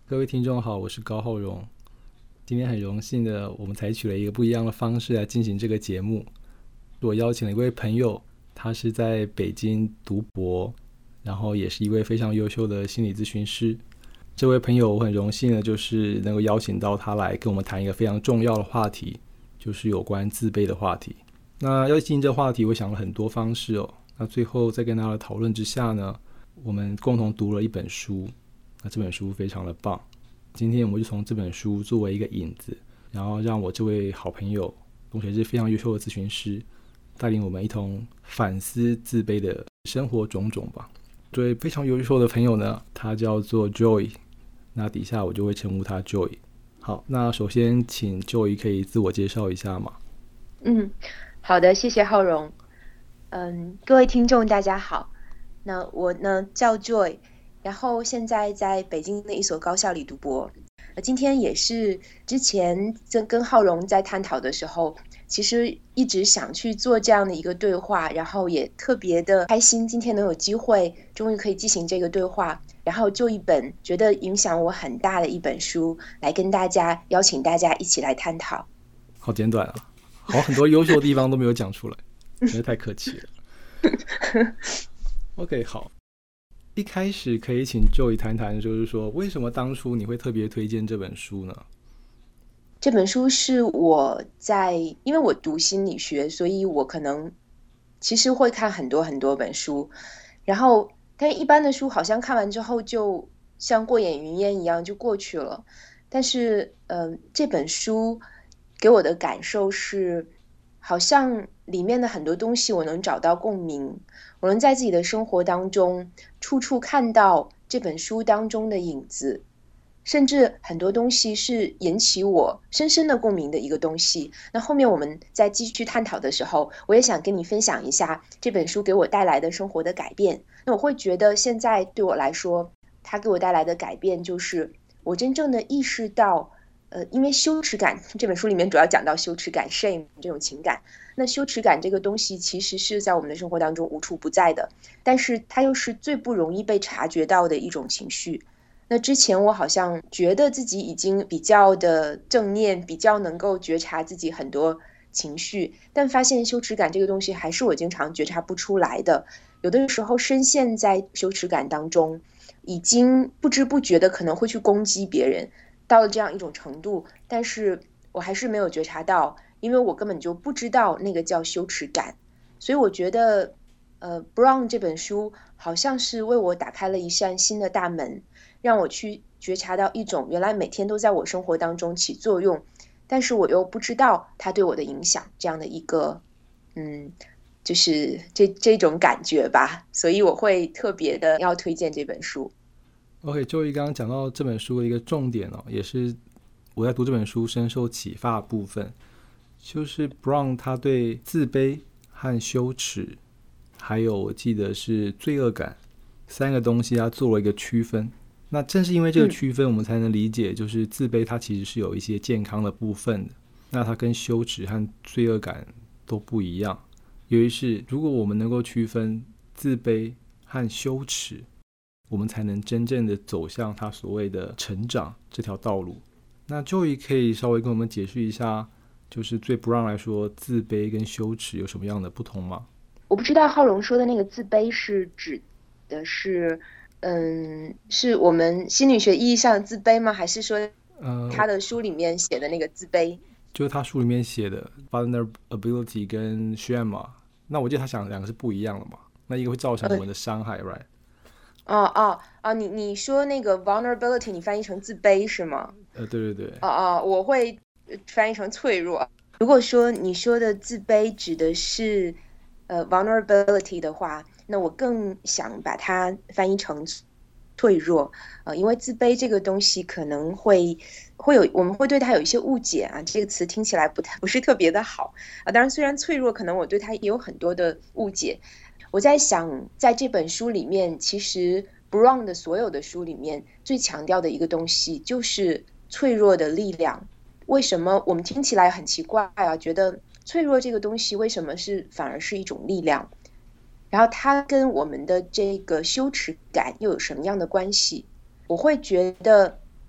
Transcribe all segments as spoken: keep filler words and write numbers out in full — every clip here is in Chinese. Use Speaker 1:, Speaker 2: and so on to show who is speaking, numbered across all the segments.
Speaker 1: 各位听众好，我是高浩荣。今天很荣幸的，我们采取了一个不一样的方式来进行这个节目。我邀请了一位朋友，他是在北京读博，然后也是一位非常优秀的心理咨询师。这位朋友我很荣幸的就是能够邀请到他来跟我们谈一个非常重要的话题，就是有关自卑的话题。那要进行这个话题，我想了很多方式哦。那最后在跟他的讨论之下呢，我们共同读了一本书。那这本书非常的棒，今天我们就从这本书作为一个引子，然后让我这位好朋友，同时也是非常优秀的咨询师，带领我们一同反思自卑的生活种种吧。这位非常优秀的朋友呢，他叫做 Joy， 那底下我就会称呼他 Joy。 好，那首先请 Joy 可以自我介绍一下吗？
Speaker 2: 嗯，好的，谢谢浩荣。嗯，各位听众大家好，那我呢叫 Joy， 然后现在在北京的一所高校里读博。今天也是之前跟浩荣在探讨的时候，其实一直想去做这样的一个对话，然后也特别的开心今天能有机会终于可以进行这个对话，然后就一本觉得影响我很大的一本书来跟大家邀请大家一起来探讨。
Speaker 1: 好简短啊，好，很多优秀的地方都没有讲出来，真的太客气了。OK， 好，一开始可以请 Joy 谈谈，就是说为什么当初你会特别推荐这本书呢？
Speaker 2: 这本书是我在，因为我读心理学，所以我可能其实会看很多很多本书，然后但一般的书好像看完之后就像过眼云烟一样就过去了。但是，嗯、呃，这本书给我的感受是，好像里面的很多东西我能找到共鸣，我能在自己的生活当中处处看到这本书当中的影子。甚至很多东西是引起我深深的共鸣的一个东西。那后面我们在继续探讨的时候，我也想跟你分享一下这本书给我带来的生活的改变。那我会觉得现在对我来说，它给我带来的改变就是我真正的意识到，呃，因为羞耻感，这本书里面主要讲到羞耻感 shame 这种情感。那羞耻感这个东西其实是在我们的生活当中无处不在的，但是它又是最不容易被察觉到的一种情绪。那之前我好像觉得自己已经比较的正念，比较能够觉察自己很多情绪，但发现羞耻感这个东西还是我经常觉察不出来的。有的时候深陷在羞耻感当中，已经不知不觉的可能会去攻击别人，到了这样一种程度，但是我还是没有觉察到，因为我根本就不知道那个叫羞耻感。所以我觉得呃 Brown 这本书好像是为我打开了一扇新的大门，让我去觉察到一种原来每天都在我生活当中起作用，但是我又不知道它对我的影响，这样的一个嗯，就是这这种感觉吧。所以我会特别的要推荐这本书。
Speaker 1: OK， Joey 刚刚讲到这本书的一个重点哦，也是我在读这本书深受启发的部分，就是 Brown 他对自卑和羞耻，还有我记得是罪恶感三个东西他做了一个区分。那正是因为这个区分，我们才能理解，就是自卑它其实是有一些健康的部分的，那它跟羞耻和罪恶感都不一样。由于是，如果我们能够区分自卑和羞耻，我们才能真正的走向他所谓的成长这条道路。那 Joey 可以稍微跟我们解释一下，就是对 Brown 来说，自卑跟羞耻有什么样的不同吗？
Speaker 2: 我不知道浩荣说的那个自卑是指的是，嗯，是我们心理学意义上的自卑吗？还是说他的书里面写的那个自卑？
Speaker 1: 呃、就是他书里面写的 vulnerability 跟 shame 嘛。那我记得他想两个是不一样的嘛。那一个会造成我们的伤害、嗯、，right？
Speaker 2: 哦哦哦，你你说那个 vulnerability， 你翻译成自卑是吗？
Speaker 1: 呃，对对对。
Speaker 2: 哦哦，我会翻译成脆弱。如果说你说的自卑指的是呃 vulnerability 的话，那我更想把它翻译成脆弱。呃，因为自卑这个东西可能会会有，我们会对它有一些误解啊，这个词听起来不太不是特别的好啊。当然，虽然脆弱，可能我对它也有很多的误解。我在想，在这本书里面，其实 Brown 的所有的书里面最强调的一个东西就是脆弱的力量。为什么我们听起来很奇怪啊？觉得脆弱这个东西为什么是反而是一种力量？然后它跟我们的这个羞耻感又有什么样的关系？我会觉得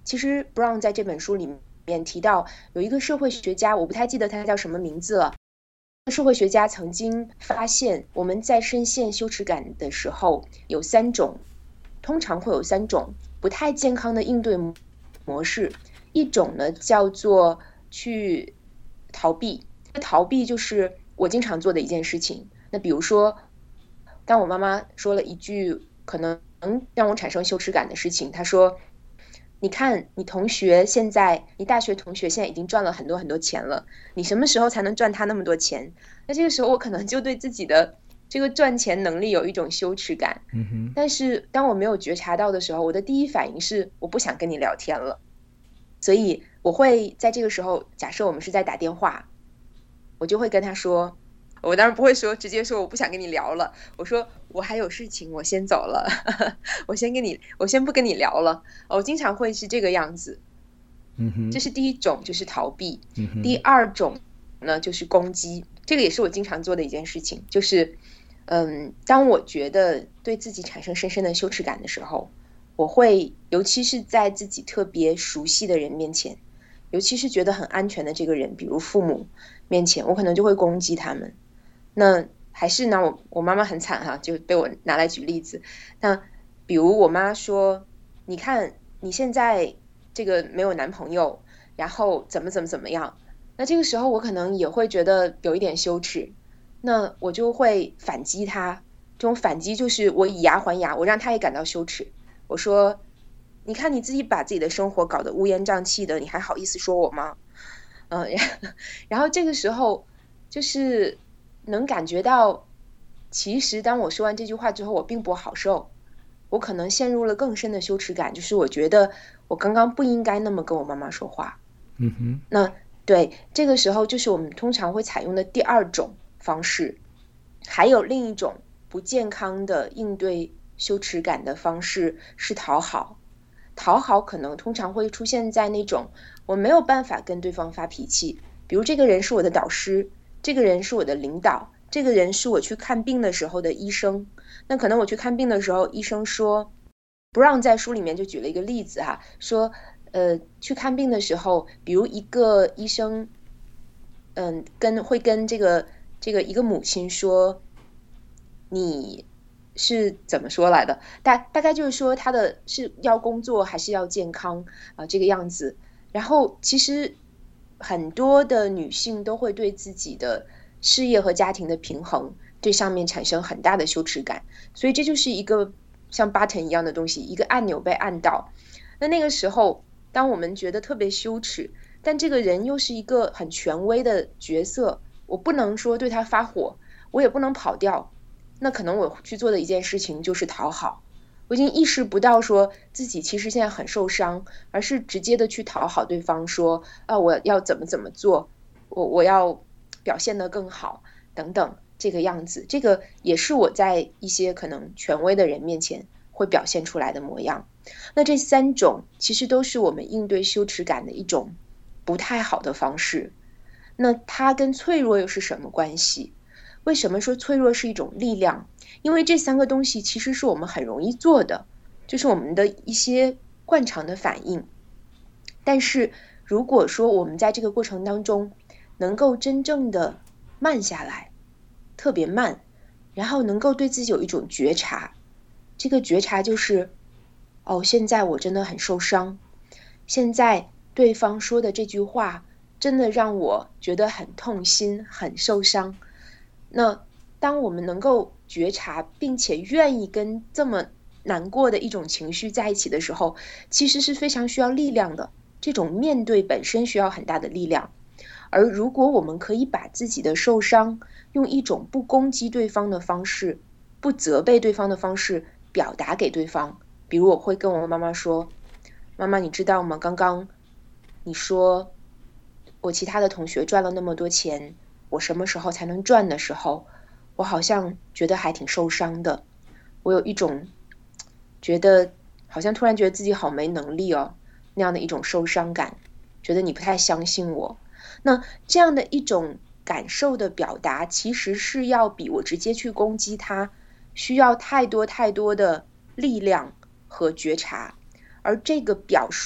Speaker 2: 其实 Brown 在这本书里面提到有一个社会学家，我不太记得他叫什么名字了。社会学家曾经发现，我们在深陷羞耻感的时候，有三种，通常会有三种不太健康的应对模式。一种呢叫做去逃避，逃避就是我经常做的一件事情。那比如说，当我妈妈说了一句可能让我产生羞耻感的事情，她说，你看你同学现在，你大学同学现在已经赚了很多很多钱了，你什么时候才能赚他那么多钱？那这个时候我可能就对自己的这个赚钱能力有一种羞耻感。
Speaker 1: 嗯哼。
Speaker 2: 但是当我没有觉察到的时候，我的第一反应是我不想跟你聊天了。所以我会在这个时候，假设我们是在打电话，我就会跟他说，我当然不会说直接说我不想跟你聊了，我说我还有事情，我先走了，我先跟你，我先不跟你聊了。我经常会是这个样子。
Speaker 1: 嗯哼。
Speaker 2: 这是第一种，就是逃避。
Speaker 1: 嗯哼。
Speaker 2: 第二种呢，就是攻击。这个也是我经常做的一件事情，就是嗯，当我觉得对自己产生深深的羞耻感的时候，我会尤其是在自己特别熟悉的人面前，尤其是觉得很安全的这个人，比如父母面前，我可能就会攻击他们。那还是拿我我妈妈很惨哈，就被我拿来举例子。那比如我妈说，你看你现在这个没有男朋友，然后怎么怎么怎么样，那这个时候我可能也会觉得有一点羞耻，那我就会反击他。这种反击就是我以牙还牙，我让他也感到羞耻。我说，你看你自己把自己的生活搞得乌烟瘴气的，你还好意思说我吗？嗯，然后这个时候就是能感觉到，其实当我说完这句话之后，我并不好受，我可能陷入了更深的羞耻感，就是我觉得我刚刚不应该那么跟我妈妈说话。
Speaker 1: 嗯哼。
Speaker 2: 那对，这个时候就是我们通常会采用的第二种方式。还有另一种不健康的应对羞耻感的方式是讨好。讨好可能通常会出现在那种我没有办法跟对方发脾气，比如这个人是我的导师，这个人是我的领导，这个人是我去看病的时候的医生。那可能我去看病的时候，医生说，不让在书里面就举了一个例子哈，说呃去看病的时候，比如一个医生嗯跟会跟这个这个一个母亲说，你是怎么说来的？大大概就是说他的是要工作还是要健康啊、呃、这个样子。然后其实很多的女性都会对自己的事业和家庭的平衡这上面产生很大的羞耻感，所以这就是一个像 button 一样的东西，一个按钮被按到。那那个时候当我们觉得特别羞耻，但这个人又是一个很权威的角色，我不能说对他发火，我也不能跑掉，那可能我去做的一件事情就是讨好。我已经意识不到说自己其实现在很受伤，而是直接的去讨好对方，说啊我要怎么怎么做，我我要表现得更好等等这个样子。这个也是我在一些可能权威的人面前会表现出来的模样。那这三种其实都是我们应对羞耻感的一种不太好的方式。那它跟脆弱又是什么关系？为什么说脆弱是一种力量？因为这三个东西其实是我们很容易做的，就是我们的一些惯常的反应。但是如果说我们在这个过程当中能够真正的慢下来，特别慢，然后能够对自己有一种觉察，这个觉察就是哦，现在我真的很受伤，现在对方说的这句话真的让我觉得很痛心，很受伤。那当我们能够觉察并且愿意跟这么难过的一种情绪在一起的时候，其实是非常需要力量的，这种面对本身需要很大的力量。而如果我们可以把自己的受伤用一种不攻击对方的方式，不责备对方的方式表达给对方，比如我会跟我妈妈说，妈妈你知道吗，刚刚你说我其他的同学赚了那么多钱，我什么时候才能赚的时候，我好像觉得还挺受伤的，我有一种觉得好像突然觉得自己好没能力哦，那样的一种受伤感，觉得你不太相信我。那这样的一种感受的表达，其实是要比我直接去攻击他需要太多太多的力量和觉察，而这个表述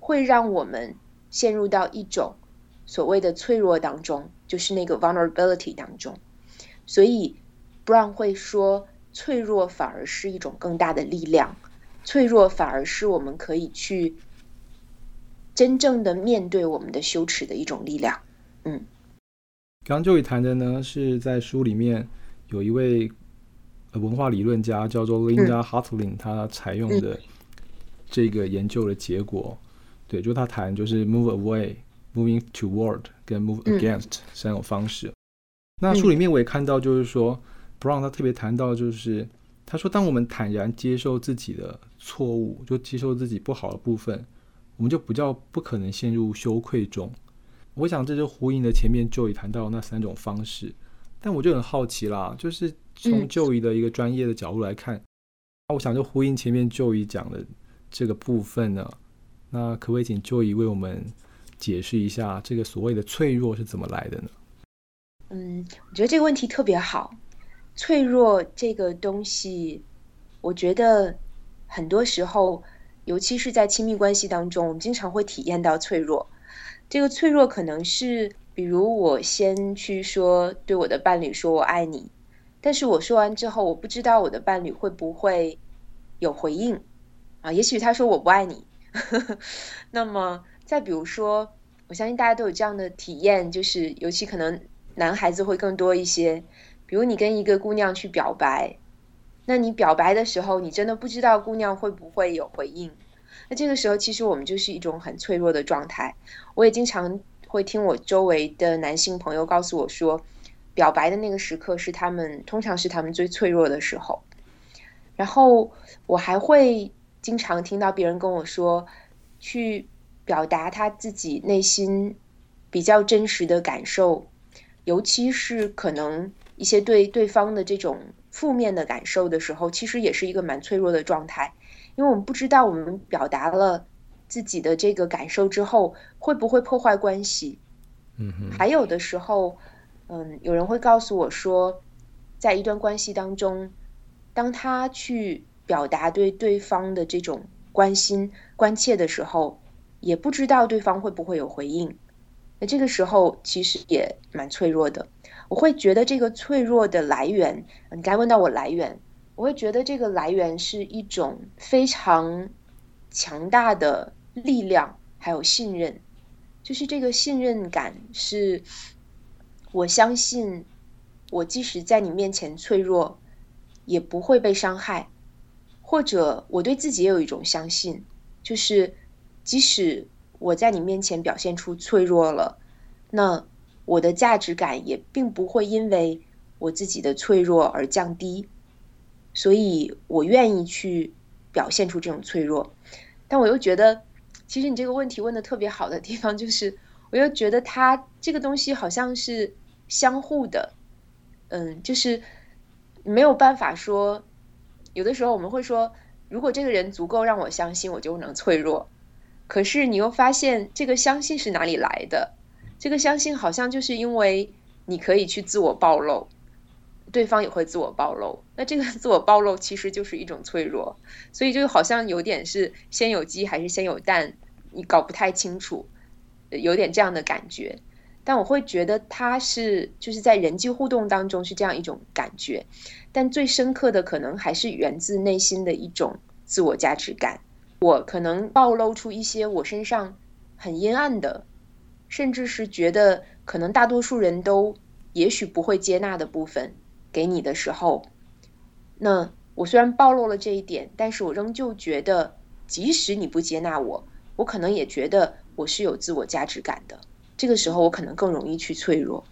Speaker 2: 会让我们陷入到一种所谓的脆弱当中，就是那个 vulnerability 当中。所以 Brown 会说，脆弱反而是一种更大的力量，脆弱反而是我们可以去真正的面对我们的羞耻的一种力量。嗯，
Speaker 1: 刚刚Joey谈的呢，是在书里面有一位文化理论家叫做 Linda Hartling， 他采用的这个研究的结果。对，就他谈就是 move away、moving toward 跟 move against 三种方式。那书里面我也看到，就是说 Brown 他特别谈到，就是他说，当我们坦然接受自己的错误，就接受自己不好的部分，我们就比较不可能陷入羞愧中。我想这就呼应了前面 Joey 谈到的那三种方式。但我就很好奇啦，就是从 Joey 的一个专业的角度来看，嗯、我想就呼应前面 Joey 讲的这个部分呢。那可不可以请 Joey 为我们解释一下这个所谓的脆弱是怎么来的呢？
Speaker 2: 嗯，我觉得这个问题特别好。脆弱这个东西，我觉得很多时候，尤其是在亲密关系当中，我们经常会体验到脆弱。这个脆弱可能是，比如我先去说对我的伴侣说我爱你，但是我说完之后，我不知道我的伴侣会不会有回应啊？也许他说我不爱你。那么再比如说，我相信大家都有这样的体验，就是尤其可能男孩子会更多一些。比如你跟一个姑娘去表白，那你表白的时候，你真的不知道姑娘会不会有回应。那这个时候其实我们就是一种很脆弱的状态。我也经常会听我周围的男性朋友告诉我说，表白的那个时刻是他们通常是他们最脆弱的时候。然后我还会经常听到别人跟我说，去表达他自己内心比较真实的感受，尤其是可能一些对对方的这种负面的感受的时候，其实也是一个蛮脆弱的状态。因为我们不知道我们表达了自己的这个感受之后会不会破坏关系。
Speaker 1: 嗯哼。
Speaker 2: 还有的时候嗯，有人会告诉我说，在一段关系当中，当他去表达对对方的这种关心关切的时候，也不知道对方会不会有回应。那这个时候其实也蛮脆弱的。我会觉得这个脆弱的来源，你刚才问到我来源，我会觉得这个来源是一种非常强大的力量，还有信任。就是这个信任感是，我相信我即使在你面前脆弱，也不会被伤害。或者我对自己也有一种相信，就是即使我在你面前表现出脆弱了，那我的价值感也并不会因为我自己的脆弱而降低。所以我愿意去表现出这种脆弱。但我又觉得，其实你这个问题问得特别好的地方就是，我又觉得它这个东西好像是相互的。嗯，就是没有办法说，有的时候我们会说，如果这个人足够让我相信，我就能脆弱。可是你又发现这个相信是哪里来的？这个相信好像就是因为你可以去自我暴露，对方也会自我暴露，那这个自我暴露其实就是一种脆弱。所以就好像有点是先有鸡还是先有蛋，你搞不太清楚，有点这样的感觉。但我会觉得它是就是在人际互动当中是这样一种感觉，但最深刻的可能还是源自内心的一种自我价值感。我可能暴露出一些我身上很阴暗的，甚至是觉得可能大多数人都也许不会接纳的部分给你的时候，那我虽然暴露了这一点，但是我仍旧觉得即使你不接纳我，我可能也觉得我是有自我价值感的。这个时候我可能更容易去脆弱。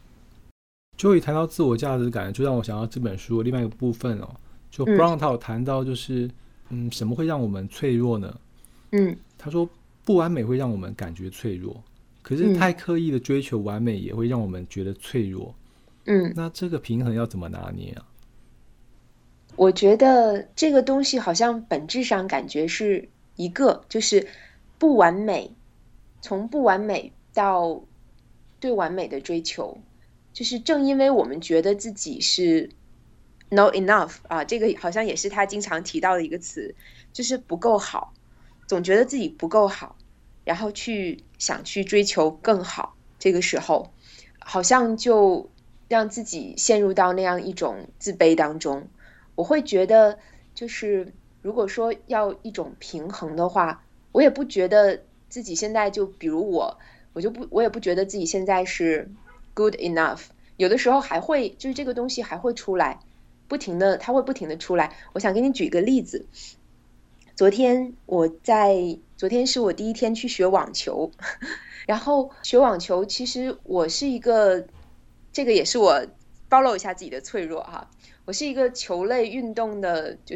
Speaker 1: Joey 谈到自我价值感，就让我想到这本书的另外一个部分哦，就 Brown 他有谈到就是嗯嗯，什么会让我们脆弱呢？
Speaker 2: 嗯，
Speaker 1: 他说不完美会让我们感觉脆弱，可是太刻意的追求完美也会让我们觉得脆弱。
Speaker 2: 嗯，
Speaker 1: 那这个平衡要怎么拿捏啊？
Speaker 2: 我觉得这个东西好像本质上感觉是一个，就是不完美，从不完美到对完美的追求，就是正因为我们觉得自己是 not enough 啊，这个好像也是他经常提到的一个词，就是不够好，总觉得自己不够好， 然后去想去追求更好，这个时候好像就让自己陷入到那样一种自卑当中。我会觉得就是如果说要一种平衡的话，我也不觉得自己现在就比如我我就不我也不觉得自己现在是 good enough， 有的时候还会就是这个东西还会出来，不停的它会不停的出来。我想给你举一个例子，昨天我在昨天是我第一天去学网球，然后学网球其实我是一个这个也是我暴露一下自己的脆弱哈，我是一个球类运动的就是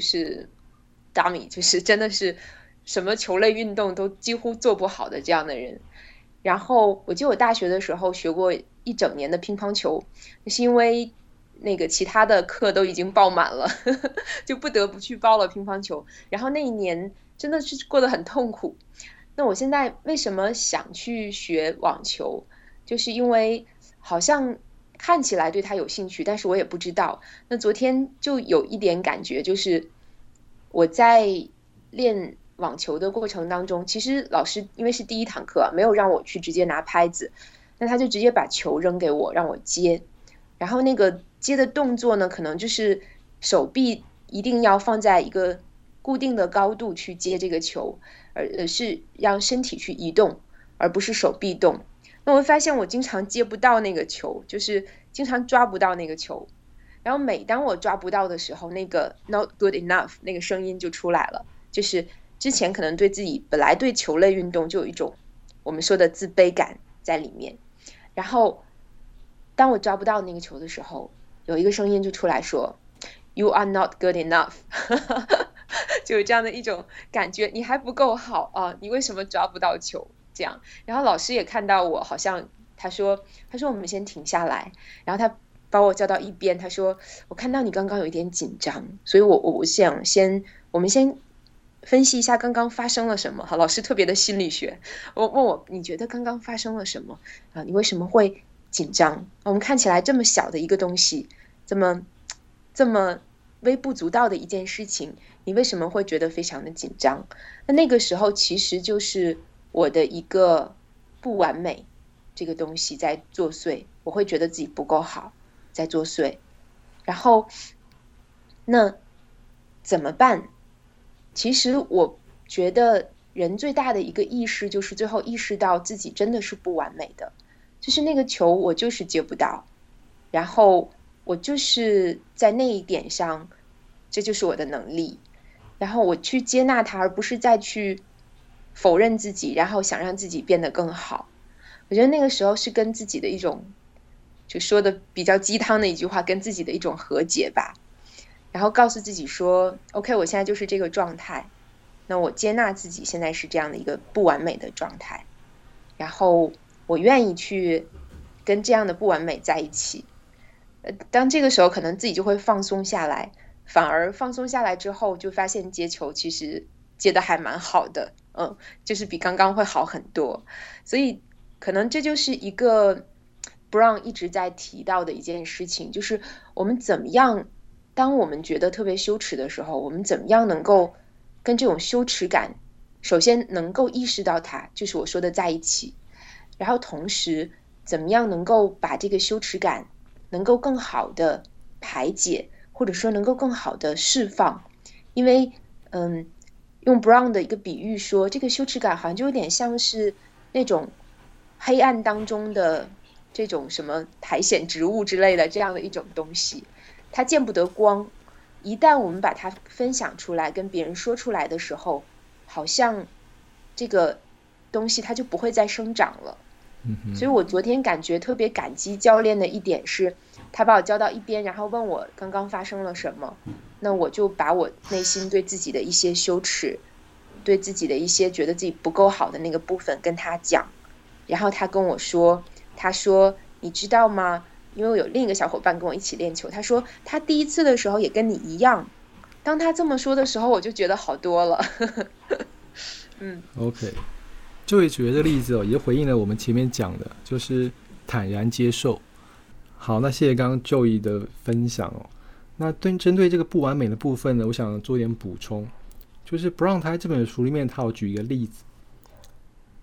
Speaker 2: dummy， 就是真的是什么球类运动都几乎做不好的这样的人。然后我记得我大学的时候学过一整年的乒乓球，是因为那个其他的课都已经报满了，呵呵，就不得不去报了乒乓球。然后那一年真的是过得很痛苦。那我现在为什么想去学网球，就是因为好像看起来对他有兴趣，但是我也不知道。那昨天就有一点感觉，就是我在练网球的过程当中，其实老师因为是第一堂课，没有让我去直接拿拍子，那他就直接把球扔给我让我接，然后那个接的动作呢，可能就是手臂一定要放在一个固定的高度去接这个球，而是让身体去移动，而不是手臂动。那我会发现我经常接不到那个球，就是经常抓不到那个球，然后每当我抓不到的时候，那个 not good enough 那个声音就出来了，就是之前可能对自己本来对球类运动就有一种我们说的自卑感在里面，然后当我抓不到那个球的时候，有一个声音就出来说 You are not good enough 就有这样的一种感觉，你还不够好啊，你为什么抓不到球这样。然后老师也看到我好像他说他说我们先停下来，然后他把我叫到一边，他说我看到你刚刚有一点紧张，所以我我想先我们先分析一下刚刚发生了什么。好，老师特别的心理学，我问我你觉得刚刚发生了什么啊？你为什么会紧张？我们看起来这么小的一个东西，这么这么微不足道的一件事情，你为什么会觉得非常的紧张？那那个时候其实就是我的一个不完美这个东西在作祟，我会觉得自己不够好在作祟。然后那怎么办？其实我觉得人最大的一个意识就是最后意识到自己真的是不完美的，就是那个球我就是接不到，然后我就是在那一点上这就是我的能力，然后我去接纳它，而不是再去否认自己，然后想让自己变得更好。我觉得那个时候是跟自己的一种就说的比较鸡汤的一句话，跟自己的一种和解吧，然后告诉自己说 OK 我现在就是这个状态，那我接纳自己现在是这样的一个不完美的状态，然后我愿意去跟这样的不完美在一起。当这个时候可能自己就会放松下来，反而放松下来之后就发现接球其实接得还蛮好的，嗯，就是比刚刚会好很多。所以可能这就是一个 Brown 一直在提到的一件事情，就是我们怎么样当我们觉得特别羞耻的时候，我们怎么样能够跟这种羞耻感首先能够意识到它，就是我说的在一起，然后同时怎么样能够把这个羞耻感能够更好的排解，或者说能够更好的释放。因为嗯，用 Brown 的一个比喻说，这个羞耻感好像就有点像是那种黑暗当中的这种什么苔藓植物之类的这样的一种东西，它见不得光，一旦我们把它分享出来跟别人说出来的时候，好像这个东西它就不会再生长了。所以我昨天感觉特别感激教练的一点是，他把我叫到一边，然后问我刚刚发生了什么，那我就把我内心对自己的一些羞耻，对自己的一些觉得自己不够好的那个部分跟他讲，然后他跟我说，他说你知道吗，因为我有另一个小伙伴跟我一起练球，他说他第一次的时候也跟你一样，当他这么说的时候我就觉得好多了嗯
Speaker 1: OK， Joey 举的这个例子哦，也回应了我们前面讲的，就是坦然接受。好，那谢谢刚刚 Joey 的分享哦。那对针对这个不完美的部分呢，我想做点补充，就是 Brown 他在这本书里面他有举一个例子，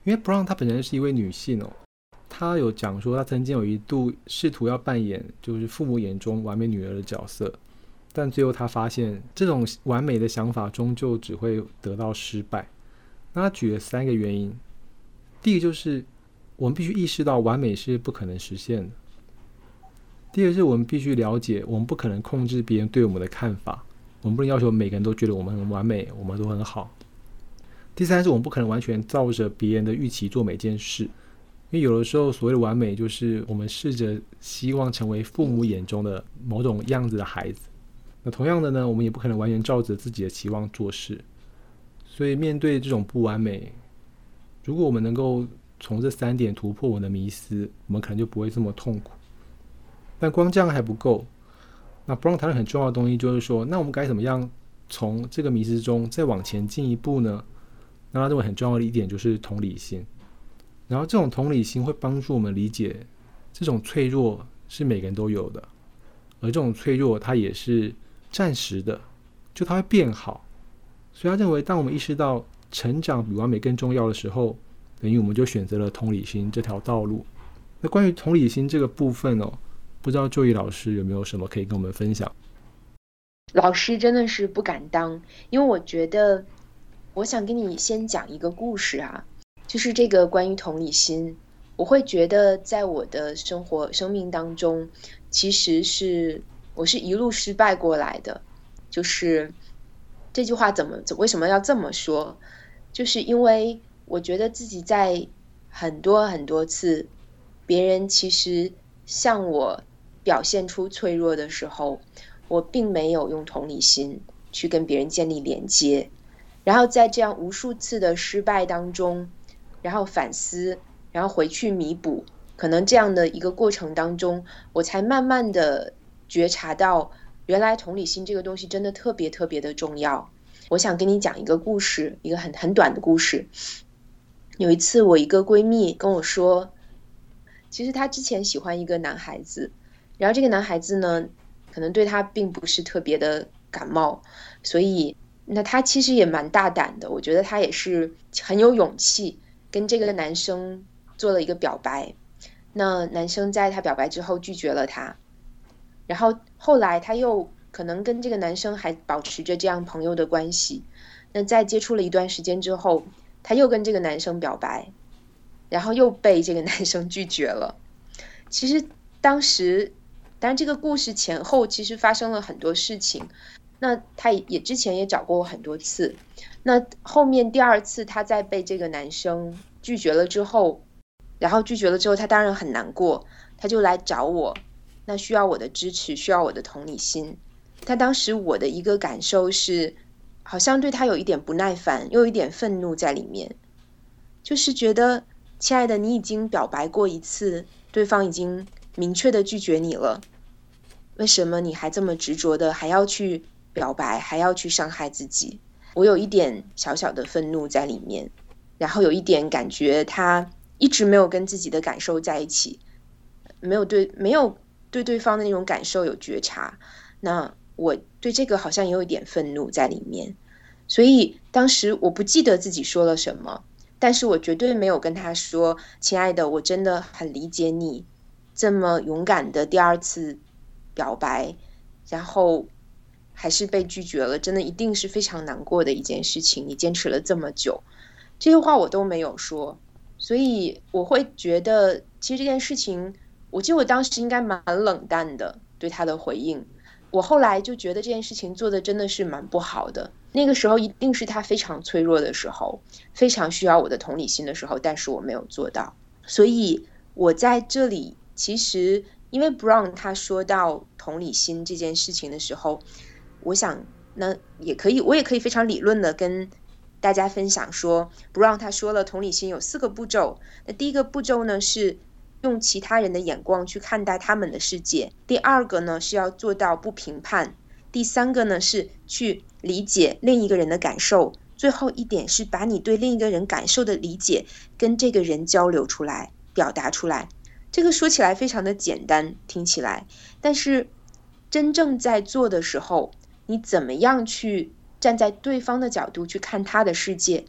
Speaker 1: 因为 Brown 她本身是一位女性哦，她有讲说她曾经有一度试图要扮演就是父母眼中完美女儿的角色，但最后她发现这种完美的想法终究只会得到失败。那她举了三个原因，第一个就是我们必须意识到完美是不可能实现的，第二个是我们必须了解我们不可能控制别人对我们的看法，我们不能要求每个人都觉得我们很完美，我们都很好。第三是我们不可能完全照着别人的预期做每件事，因为有的时候所谓的完美就是我们试着希望成为父母眼中的某种样子的孩子。那同样的呢，我们也不可能完全照着自己的期望做事。所以面对这种不完美，如果我们能够从这三点突破我们的迷思，我们可能就不会这么痛苦。但光这样还不够，那 Brown 谈的很重要的东西就是说，那我们该怎么样从这个迷思中再往前进一步呢？那他认为很重要的一点就是同理心，然后这种同理心会帮助我们理解这种脆弱是每个人都有的，而这种脆弱它也是暂时的，就它会变好。所以他认为当我们意识到成长比完美更重要的时候，等于我们就选择了同理心这条道路。那关于同理心这个部分哦，不知道就义老师有没有什么可以跟我们分享？
Speaker 2: 老师真的是不敢当，因为我觉得我想跟你先讲一个故事啊，就是这个关于同理心。我会觉得在我的生活生命当中，其实是我是一路失败过来的。就是这句话怎么为什么要这么说，就是因为我觉得自己在很多很多次别人其实向我表现出脆弱的时候，我并没有用同理心去跟别人建立连接，然后在这样无数次的失败当中，然后反思，然后回去弥补，可能这样的一个过程当中，我才慢慢的觉察到原来同理心这个东西真的特别特别的重要。我想跟你讲一个故事，一个很很短的故事。有一次我一个闺蜜跟我说，其实她之前喜欢一个男孩子，然后这个男孩子呢可能对她并不是特别的感冒，所以那她其实也蛮大胆的，我觉得她也是很有勇气跟这个男生做了一个表白。那男生在她表白之后拒绝了她，然后后来她又可能跟这个男生还保持着这样朋友的关系，那在接触了一段时间之后，她又跟这个男生表白，然后又被这个男生拒绝了。其实当时当然这个故事前后其实发生了很多事情，那她也之前也找过我很多次，那后面第二次她在被这个男生拒绝了之后，然后拒绝了之后她当然很难过，她就来找我，那需要我的支持，需要我的同理心。她当时我的一个感受是好像对她有一点不耐烦，又有一点愤怒在里面，就是觉得亲爱的，你已经表白过一次，对方已经明确的拒绝你了，为什么你还这么执着的还要去表白，还要去伤害自己？我有一点小小的愤怒在里面，然后有一点感觉他一直没有跟自己的感受在一起，没有对没有对对方的那种感受有觉察，那我对这个好像也有一点愤怒在里面。所以当时我不记得自己说了什么，但是我绝对没有跟他说，亲爱的，我真的很理解你这么勇敢的第二次表白，然后还是被拒绝了，真的一定是非常难过的一件事情，你坚持了这么久，这些话我都没有说。所以我会觉得其实这件事情，我记得我当时应该蛮冷淡的对他的回应，我后来就觉得这件事情做的真的是蛮不好的，那个时候一定是他非常脆弱的时候，非常需要我的同理心的时候，但是我没有做到。所以我在这里其实因为 Brown 他说到同理心这件事情的时候，我想那也可以我也可以非常理论的跟大家分享说， Brown 他说了同理心有四个步骤。那第一个步骤呢是用其他人的眼光去看待他们的世界，第二个呢是要做到不评判，第三个呢是去理解另一个人的感受，最后一点是把你对另一个人感受的理解跟这个人交流出来，表达出来。这个说起来非常的简单，听起来，但是真正在做的时候，你怎么样去站在对方的角度去看他的世界，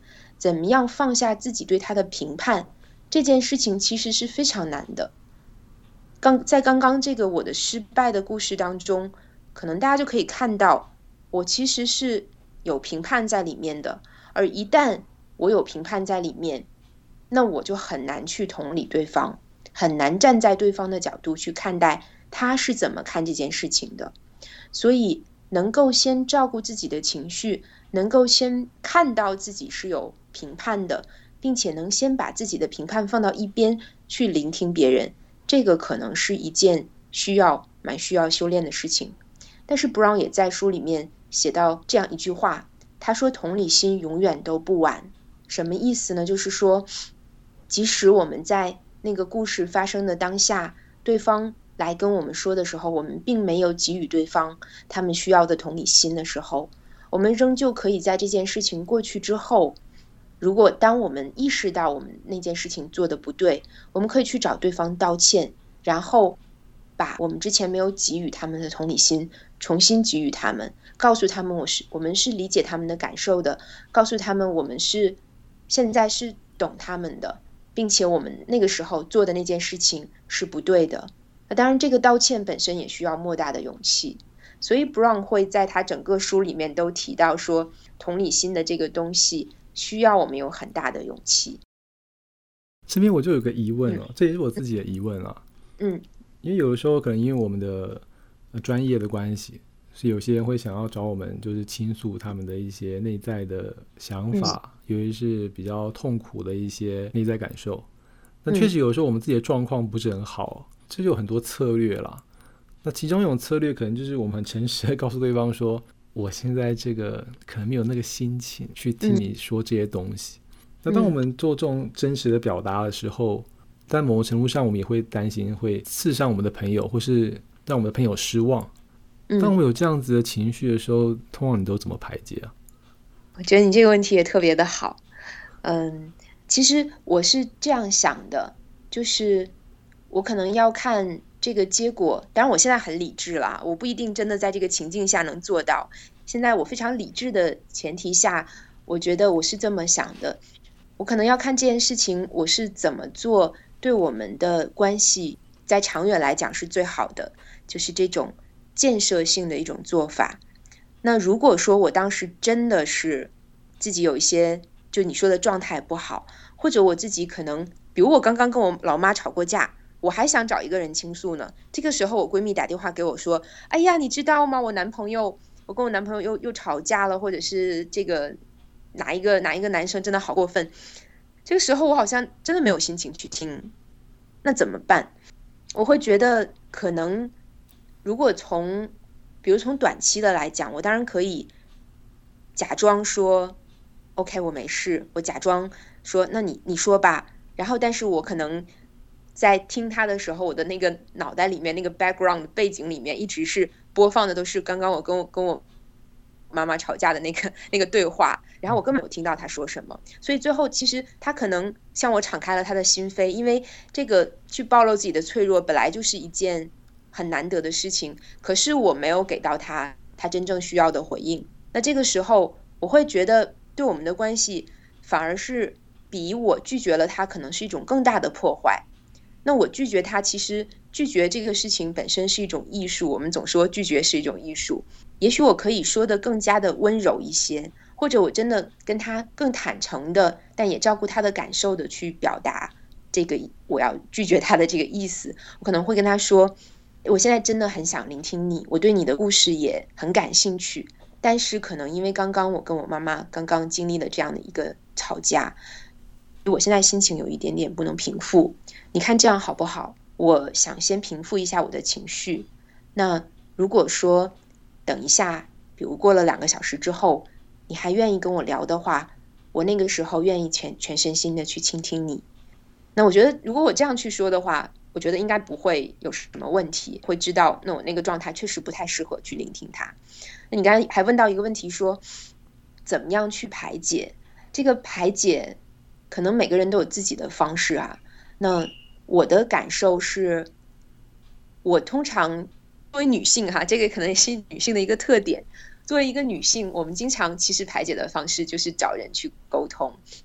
Speaker 2: 怎么样放下自己对他的评判，这件事情其实是非常难的。刚在刚刚这个我的失败的故事当中，可能大家就可以看到，我其实是有评判在里面的，而一旦我有评判在里面，那我就很难去同理对方，很难站在对方的角度去看待他是怎么看这件事情的。所以能够先照顾自己的情绪，能够先看到自己是有评判的，并且能先把自己的评判放到一边去聆听别人，这个可能是一件需要蛮需要修炼的事情。但是 Brown 也在书里面写到这样一句话，他说同理心永远都不晚。什么意思呢？就是说即使我们在那个故事发生的当下，对方来跟我们说的时候，我们并没有给予对方他们需要的同理心的时候，我们仍旧可以在这件事情过去之后，如果当我们意识到我们那件事情做的不对，我们可以去找对方道歉，然后把我们之前没有给予他们的同理心重新给予他们，告诉他们我是我们是理解他们的感受的，告诉他们我们是现在是懂他们的，并且我们那个时候做的那件事情是不对的。当然这个道歉本身也需要莫大的勇气，所以 Brown 会在他整个书里面都提到说，同理心的这个东西需要我们有很大的勇气。
Speaker 1: 这边我就有个疑问哦、嗯、这也是我自己的疑问啊。
Speaker 2: 嗯，因
Speaker 1: 为有的时候可能因为我们的、呃、专业的关系，是有些人会想要找我们就是倾诉他们的一些内在的想法、嗯、尤其是比较痛苦的一些内在感受。那确实有时候我们自己的状况不是很好，这就有很多策略啦。那其中一种策略可能就是我们很诚实的告诉对方说，我现在这个可能没有那个心情去听你说这些东西、嗯、那当我们做这种真实的表达的时候，在某种程度上我们也会担心会刺伤我们的朋友，或是让我们的朋友失望。当我们有这样子的情绪的时候，通常你都怎么排解啊？
Speaker 2: 我觉得你这个问题也特别的好。嗯，其实我是这样想的，就是我可能要看这个结果，当然我现在很理智啦，我不一定真的在这个情境下能做到。现在我非常理智的前提下，我觉得我是这么想的，我可能要看这件事情我是怎么做，对我们的关系在长远来讲是最好的，就是这种建设性的一种做法。那如果说我当时真的是自己有一些就你说的状态不好，或者我自己可能比如我刚刚跟我老妈吵过架，我还想找一个人倾诉呢，这个时候我闺蜜打电话给我说，哎呀你知道吗，我男朋友我跟我男朋友又又吵架了，或者是这个哪一个哪一个男生真的好过分，这个时候我好像真的没有心情去听，那怎么办？我会觉得可能如果从比如从短期的来讲，我当然可以假装说 OK 我没事，我假装说那你你说吧，然后但是我可能在听他的时候，我的那个脑袋里面那个 background 背景里面一直是播放的都是刚刚我跟我跟我妈妈吵架的那个那个对话，然后我根本没有听到他说什么，所以最后其实他可能向我敞开了他的心扉，因为这个去暴露自己的脆弱本来就是一件很难得的事情，可是我没有给到他他真正需要的回应，那这个时候我会觉得对我们的关系反而是比我拒绝了他可能是一种更大的破坏。那我拒绝他，其实拒绝这个事情本身是一种艺术，我们总说拒绝是一种艺术，也许我可以说的更加的温柔一些，或者我真的跟他更坦诚的，但也照顾他的感受的去表达这个我要拒绝他的这个意思。我可能会跟他说，我现在真的很想聆听你，我对你的故事也很感兴趣，但是可能因为刚刚我跟我妈妈刚刚经历了这样的一个吵架，我现在心情有一点点不能平复，你看这样好不好？我想先平复一下我的情绪，那如果说等一下比如过了两个小时之后你还愿意跟我聊的话，我那个时候愿意全全身心的去倾听你。那我觉得如果我这样去说的话，我觉得应该不会有什么问题，会知道那我那个状态确实不太适合去聆听他。那你刚才还问到一个问题说怎么样去排解，这个排解可能每个人都有自己的方式啊。那我的感受是，我通常作为女性哈，这个可能也是女性的一个特点。作为一个女性，我们经常其实排解的方式就是找人去沟通。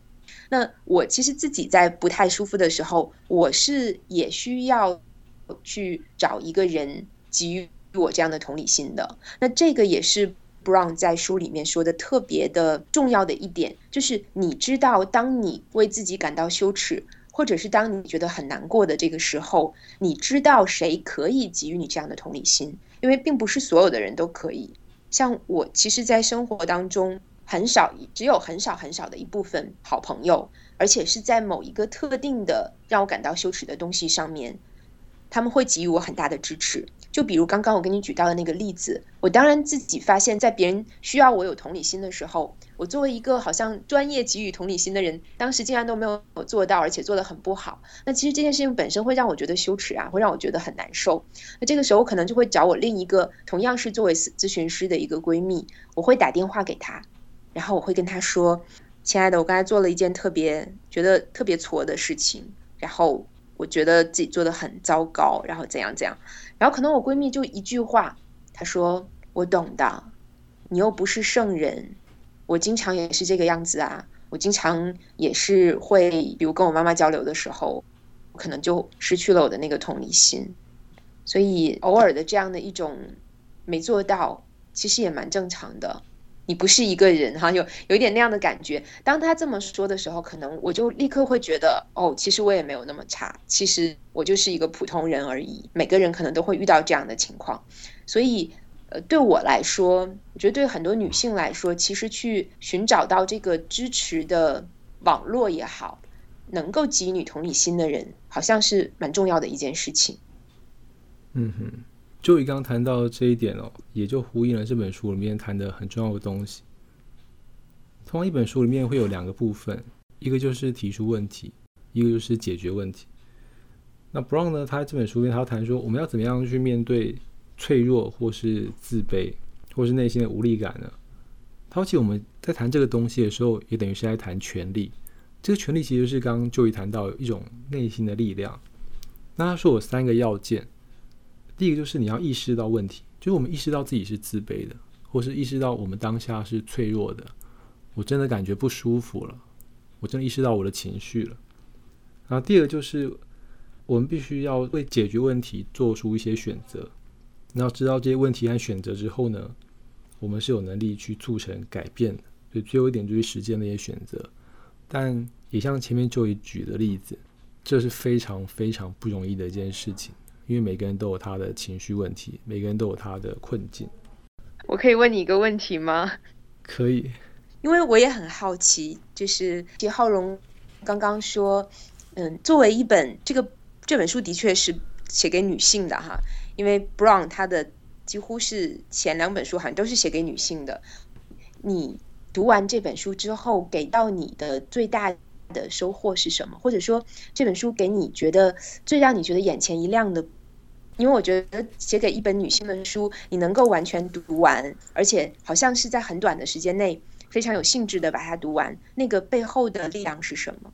Speaker 2: 那我其实自己在不太舒服的时候，我是也需要去找一个人给予我这样的同理心的。那这个也是 Brown 在书里面说的特别的重要的一点，就是你知道当你为自己感到羞耻，或者是当你觉得很难过的这个时候，你知道谁可以给予你这样的同理心，因为并不是所有的人都可以。像我其实在生活当中很少，只有很少很少的一部分好朋友，而且是在某一个特定的让我感到羞耻的东西上面，他们会给予我很大的支持。就比如刚刚我跟你举到的那个例子，我当然自己发现在别人需要我有同理心的时候，我作为一个好像专业给予同理心的人，当时竟然都没有做到，而且做得很不好。那其实这件事情本身会让我觉得羞耻啊，会让我觉得很难受。那这个时候可能就会找我另一个同样是作为咨询师的一个闺蜜，我会打电话给她，然后我会跟她说，亲爱的，我刚才做了一件特别觉得特别挫的事情，然后我觉得自己做得很糟糕，然后怎样怎样。然后可能我闺蜜就一句话，她说我懂的，你又不是圣人，我经常也是这个样子啊，我经常也是会比如跟我妈妈交流的时候，可能就失去了我的那个同理心。所以偶尔的这样的一种没做到，其实也蛮正常的，你不是一个人哈，有有一点那样的感觉。当他这么说的时候，可能我就立刻会觉得，哦，其实我也没有那么差，其实我就是一个普通人而已。每个人可能都会遇到这样的情况，所以，呃，对我来说，我觉得对很多女性来说，其实去寻找到这个支持的网络也好，能够给予同理心的人，好像是蛮重要的一件事情。
Speaker 1: 嗯哼。就以刚刚谈到这一点哦，也就呼应了这本书里面谈的很重要的东西。通常一本书里面会有两个部分，一个就是提出问题，一个就是解决问题。那 Brown 呢，他这本书里面他谈说，我们要怎么样去面对脆弱或是自卑或是内心的无力感呢？他其实我们在谈这个东西的时候，也等于是在谈权力。这个权力其实是刚刚就已谈到一种内心的力量。那他说有三个要件。第一个就是你要意识到问题，就是我们意识到自己是自卑的，或是意识到我们当下是脆弱的，我真的感觉不舒服了，我真的意识到我的情绪了。然后第二个就是我们必须要为解决问题做出一些选择，然后知道这些问题和选择之后呢，我们是有能力去促成改变的。所以最后一点就是实践那些选择。但也像前面就已举的例子，这是非常非常不容易的一件事情，因为每个人都有他的情绪问题，每个人都有他的困境。
Speaker 2: 我可以问你一个问题吗？
Speaker 1: 可以。
Speaker 2: 因为我也很好奇，就是齐浩荣刚刚说，嗯，作为一本这个这本书的确是写给女性的哈，因为 Brown 他的几乎是前两本书好像都是写给女性的。你读完这本书之后，给到你的最大的收获是什么？或者说这本书给你觉得最让你觉得眼前一亮的？因为我觉得写给一本女性的书，你能够完全读完，而且好像是在很短的时间内非常有兴致的把它读完，那个背后的力量是什么？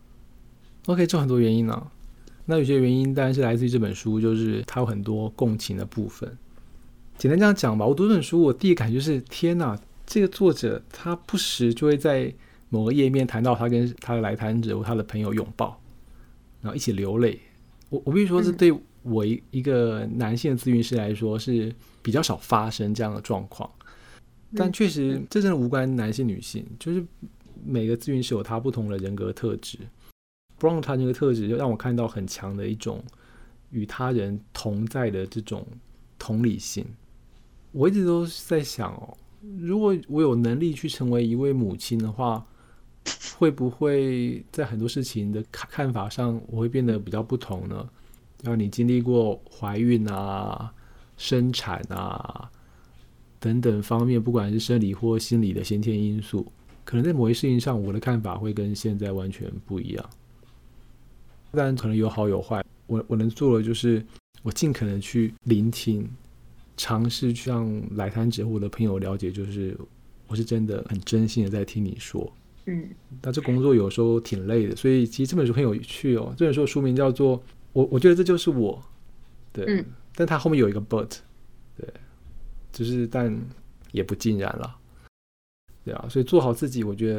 Speaker 1: OK， 这很多原因啊。那有些原因当然是来自于这本书，就是它有很多共情的部分。简单这样讲吧，我读这本书，我第一感觉是天哪，这个作者他不时就会在某个页面谈到他跟他的来谈者或他的朋友拥抱，然后一起流泪。我我必须说，这对我一个男性的咨询师来说是比较少发生这样的状况，但确实这真的无关男性女性，就是每个咨询师有他不同的人格特质。Brown 他那个特质就让我看到很强的一种与他人同在的这种同理心。我一直都在想哦，如果我有能力去成为一位母亲的话，会不会在很多事情的看法上我会变得比较不同呢？然后你经历过怀孕啊、生产啊等等方面，不管是生理或心理的先天因素，可能在某些事情上我的看法会跟现在完全不一样。当然可能有好有坏， 我, 我能做的就是我尽可能去聆听，尝试去让来谈者或我的朋友了解，就是我是真的很真心的在听你说。
Speaker 2: 嗯，
Speaker 1: 那这工作有时候挺累的，所以其实这本书很有趣哦。这本书的书名叫做我我觉得这就是我，对，嗯、但它后面有一个 but， 对，就是但也不尽然了，对啊，所以做好自己，我觉得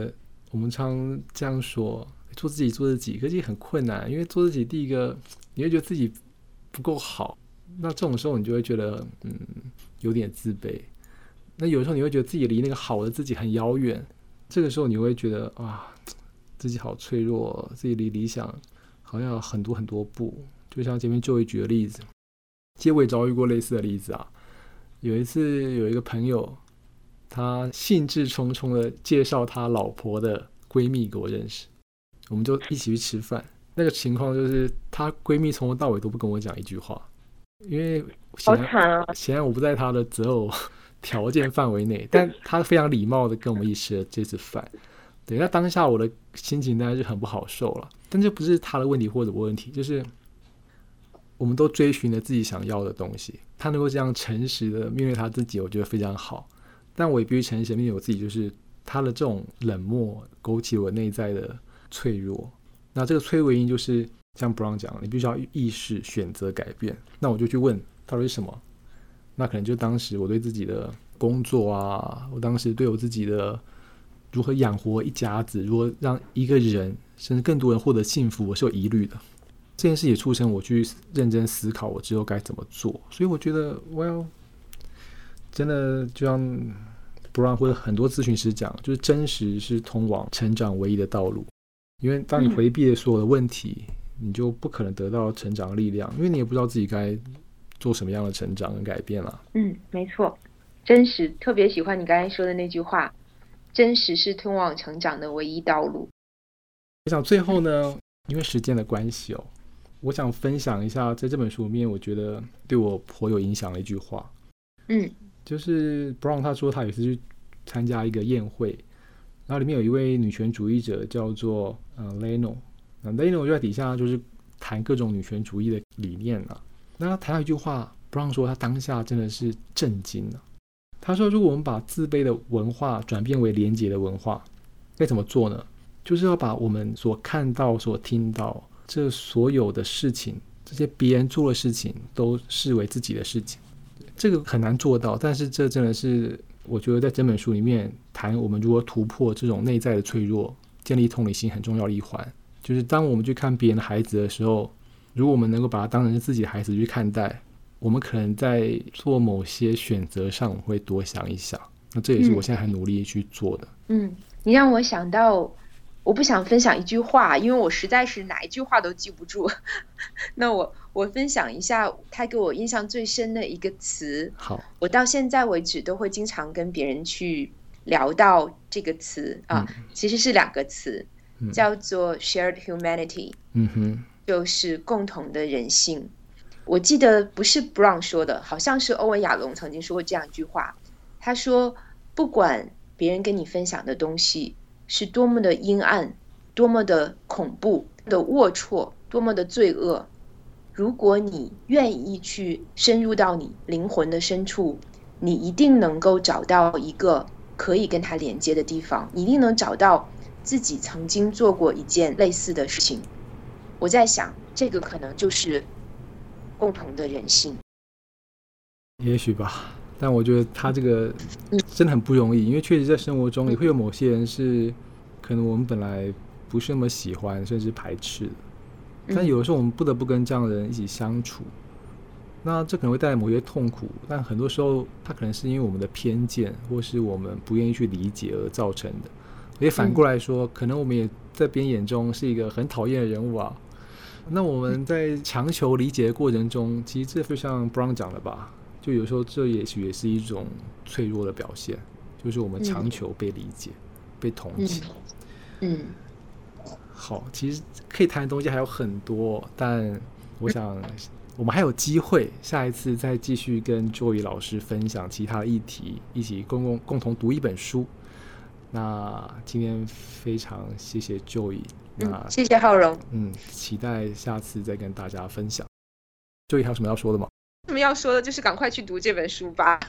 Speaker 1: 我们常这样说，做自己做自己，可是很困难，因为做自己第一个你会觉得自己不够好，那这种时候你就会觉得嗯有点自卑，那有时候你会觉得自己离那个好的自己很遥远，这个时候你会觉得啊自己好脆弱，自己离理想好像有很多很多步。就像前面就会举的例子，其实我也遭遇过类似的例子啊。有一次有一个朋友，他兴致冲冲的介绍他老婆的闺蜜给我认识，我们就一起去吃饭。那个情况就是她闺蜜从头到尾都不跟我讲一句话，因为显然
Speaker 2: 好惨啊！
Speaker 1: 显然我不在她的择偶条件范围内，但她非常礼貌的跟我们一起吃了这次饭。对，那当下我的心情当然是很不好受了，但这不是她的问题或者我的问题，就是我们都追寻了自己想要的东西，她能够这样诚实的面对她自己，我觉得非常好。但我也必须诚实面对我自己，就是她的这种冷漠勾起我内在的脆弱。那这个脆弱因就是像 Brown 讲，你必须要意识选择改变。那我就去问到底是什么？那可能就当时我对自己的工作啊，我当时对我自己的如何养活一家子，如何让一个人甚至更多人获得幸福，我是有疑虑的。这件事也促成我去认真思考我之后该怎么做。所以我觉得 well 真的就像 Brown 或者很多咨询师讲，就是真实是通往成长唯一的道路。因为当你回避了所有的问题、嗯、你就不可能得到成长的力量，因为你也不知道自己该做什么样的成长跟改变啦。
Speaker 2: 嗯，没错，真实，特别喜欢你刚才说的那句话，真实是通往成长的唯一道路。
Speaker 1: 我想最后呢，因为时间的关系哦，我想分享一下在这本书里面我觉得对我颇有影响的一句话。
Speaker 2: 嗯，
Speaker 1: 就是 Brown 他说他有一次去参加一个宴会，然后里面有一位女权主义者叫做、呃、Leno， 那 Leno 就在底下就是谈各种女权主义的理念啊。那他谈到一句话 Brown 说他当下真的是震惊了。他说如果我们把自卑的文化转变为连结的文化，该怎么做呢？就是要把我们所看到所听到这所有的事情，这些别人做的事情都视为自己的事情。这个很难做到，但是这真的是我觉得在整本书里面谈我们如何突破这种内在的脆弱，建立同理心很重要的一环。就是当我们去看别人的孩子的时候，如果我们能够把他当成是自己的孩子去看待，我们可能在做某些选择上会多想一想。那这也是我现在很努力去做的。
Speaker 2: 嗯，你让我想到，我不想分享一句话，因为我实在是哪一句话都记不住。那我我分享一下他给我印象最深的一个词。
Speaker 1: 好，
Speaker 2: 我到现在为止都会经常跟别人去聊到这个词啊、嗯，其实是两个词、嗯、叫做 shared humanity，
Speaker 1: 嗯哼，
Speaker 2: 就是共同的人性。我记得不是 Brown 说的，好像是欧文亚龙曾经说过这样一句话，他说不管别人跟你分享的东西是多么的阴暗，多么的恐怖的龌龊，多么的罪恶，如果你愿意去深入到你灵魂的深处，你一定能够找到一个可以跟它连接的地方，你一定能找到自己曾经做过一件类似的事情。我在想这个可能就是共同的人性。
Speaker 1: 也许吧，但我觉得他这个真的很不容易，因为确实在生活中也会有某些人是可能我们本来不是那么喜欢甚至排斥的，但有的时候我们不得不跟这样的人一起相处，那这可能会带来某些痛苦，但很多时候它可能是因为我们的偏见或是我们不愿意去理解而造成的。也反过来说、嗯、可能我们也在别人眼中是一个很讨厌的人物啊。那我们在强求理解的过程中，其实这就像 Brown 讲的吧，就有时候这也许也是一种脆弱的表现，就是我们强求被理解、嗯、被同情。
Speaker 2: 嗯，
Speaker 1: 好，其实可以谈的东西还有很多，但我想我们还有机会下一次再继续跟 Joy 老师分享其他的议题，一起共共共同读一本书。那今天非常谢谢 Joy， 那、
Speaker 2: 嗯、谢谢浩荣，
Speaker 1: 嗯，期待下次再跟大家分享。Joy 还有什么要说的吗？
Speaker 2: 什么要说的，就是赶快去读这本书吧。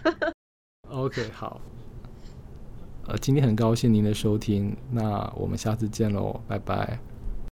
Speaker 1: OK， 好，呃，今天很高兴您的收听，那我们下次见喽，拜拜。